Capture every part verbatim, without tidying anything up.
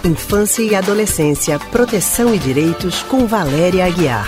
Infância e Adolescência, Proteção e Direitos, com Valéria Aguiar.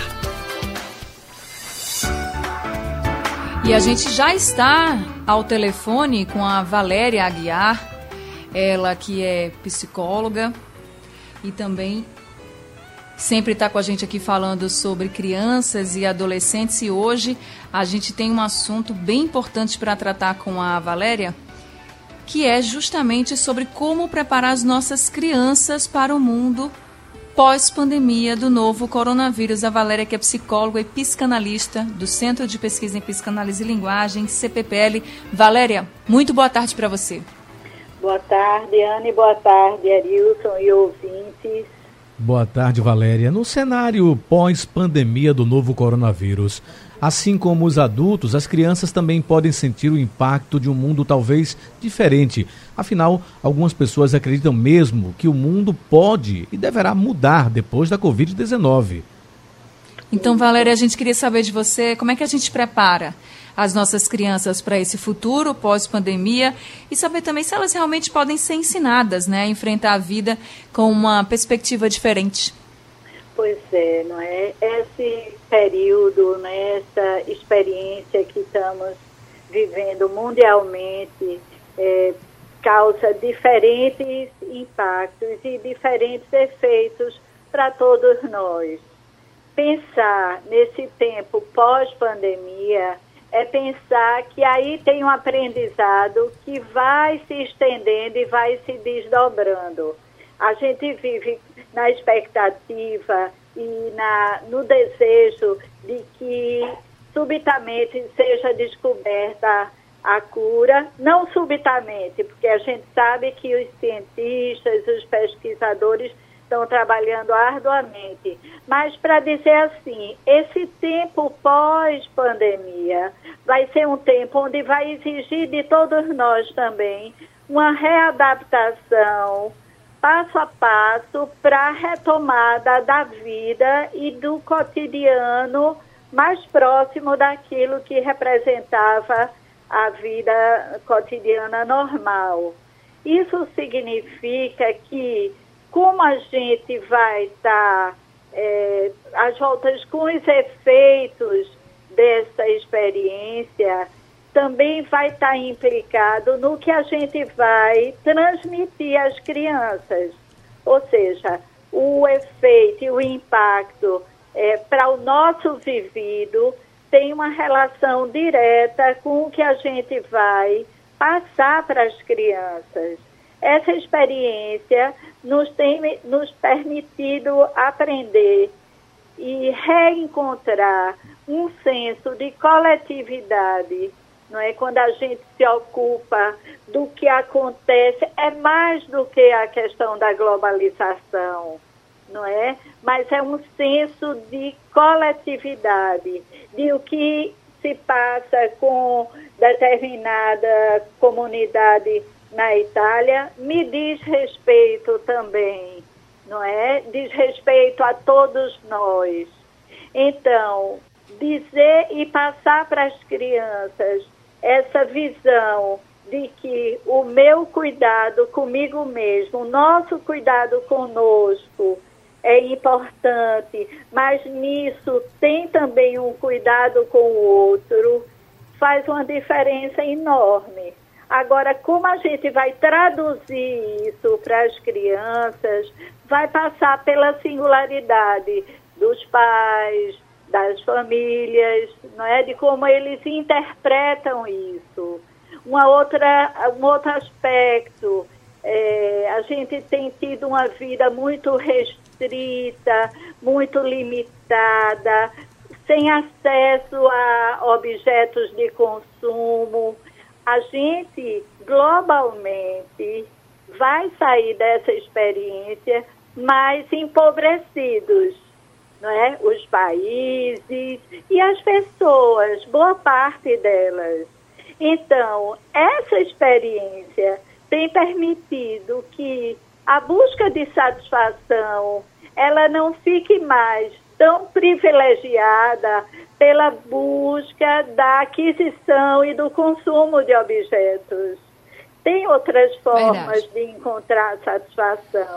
E a gente já está ao telefone com a Valéria Aguiar, ela que é psicóloga e também sempre está com a gente aqui falando sobre crianças e adolescentes. E hoje a gente tem um assunto bem importante para tratar com a Valéria, que é justamente sobre como preparar as nossas crianças para o mundo pós-pandemia do novo coronavírus. A Valéria, que é psicóloga e psicanalista do Centro de Pesquisa em Psicanálise e Linguagem, C P P L. Valéria, muito boa tarde para você. Boa tarde, Anne. Boa tarde, Arilson e ouvintes. Boa tarde, Valéria. No cenário pós-pandemia do novo coronavírus, assim como os adultos, as crianças também podem sentir o impacto de um mundo talvez diferente. Afinal, algumas pessoas acreditam mesmo que o mundo pode e deverá mudar depois da covid dezenove. Então, Valéria, a gente queria saber de você como é que a gente prepara as nossas crianças para esse futuro pós-pandemia e saber também se elas realmente podem ser ensinadas, né, a enfrentar a vida com uma perspectiva diferente. Pois é, não é? Esse período, né, essa experiência que estamos vivendo mundialmente é, causa diferentes impactos e diferentes efeitos para todos nós. Pensar nesse tempo pós-pandemia é pensar que aí tem um aprendizado que vai se estendendo e vai se desdobrando. A gente vive na expectativa e na, no desejo de que subitamente seja descoberta a cura, não subitamente, porque a gente sabe que os cientistas, os pesquisadores estão trabalhando arduamente, mas para dizer assim, esse tempo pós-pandemia vai ser um tempo onde vai exigir de todos nós também uma readaptação passo a passo para a retomada da vida e do cotidiano mais próximo daquilo que representava a vida cotidiana normal. Isso significa que, como a gente vai estar é, às voltas com os efeitos dessa experiência, também vai estar implicado no que a gente vai transmitir às crianças. Ou seja, o efeito e o impacto é, para o nosso vivido tem uma relação direta com o que a gente vai passar para as crianças. Essa experiência nos tem nos permitido aprender e reencontrar um senso de coletividade, não é? Quando a gente se ocupa do que acontece, é mais do que a questão da globalização, não é? Mas é um senso de coletividade, de o que se passa com determinada comunidade na Itália, me diz respeito também, não é? Diz respeito a todos nós. Então, dizer e passar para as crianças essa visão de que o meu cuidado comigo mesmo, o nosso cuidado conosco é importante, mas nisso tem também um cuidado com o outro, faz uma diferença enorme. Agora, como a gente vai traduzir isso para as crianças, vai passar pela singularidade dos pais, das famílias, não é? De como eles interpretam isso. Uma outra, um outro aspecto, é, a gente tem tido uma vida muito restrita, muito limitada, sem acesso a objetos de consumo. A gente, globalmente, vai sair dessa experiência mais empobrecidos, não é? Os países e as pessoas, boa parte delas. Então, essa experiência tem permitido que a busca de satisfação, ela não fique mais tão privilegiada pela busca da aquisição e do consumo de objetos. Tem outras formas Verdade. de encontrar satisfação.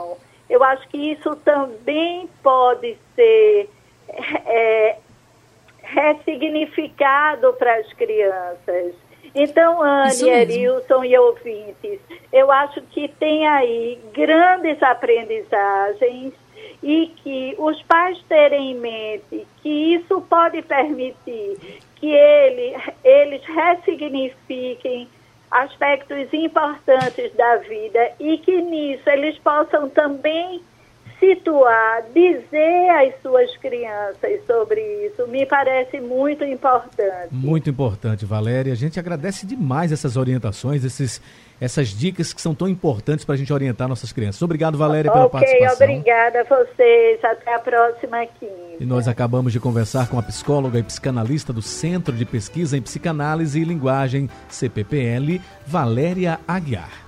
eu acho que isso também pode ser é, ressignificado para as crianças. Então, Anne, Erilson e ouvintes, eu acho que tem aí grandes aprendizagens e que os pais terem em mente que isso pode permitir que ele, eles ressignifiquem aspectos importantes da vida e que nisso eles possam também situar, dizer às suas crianças sobre isso, me parece muito importante. Muito importante, Valéria. A gente agradece demais essas orientações, esses, essas dicas que são tão importantes para a gente orientar nossas crianças. Obrigado, Valéria, pela okay, participação. Ok, obrigada a vocês. Até a próxima quinta. E nós acabamos de conversar com a psicóloga e psicanalista do Centro de Pesquisa em Psicanálise e Linguagem, C P P L, Valéria Aguiar.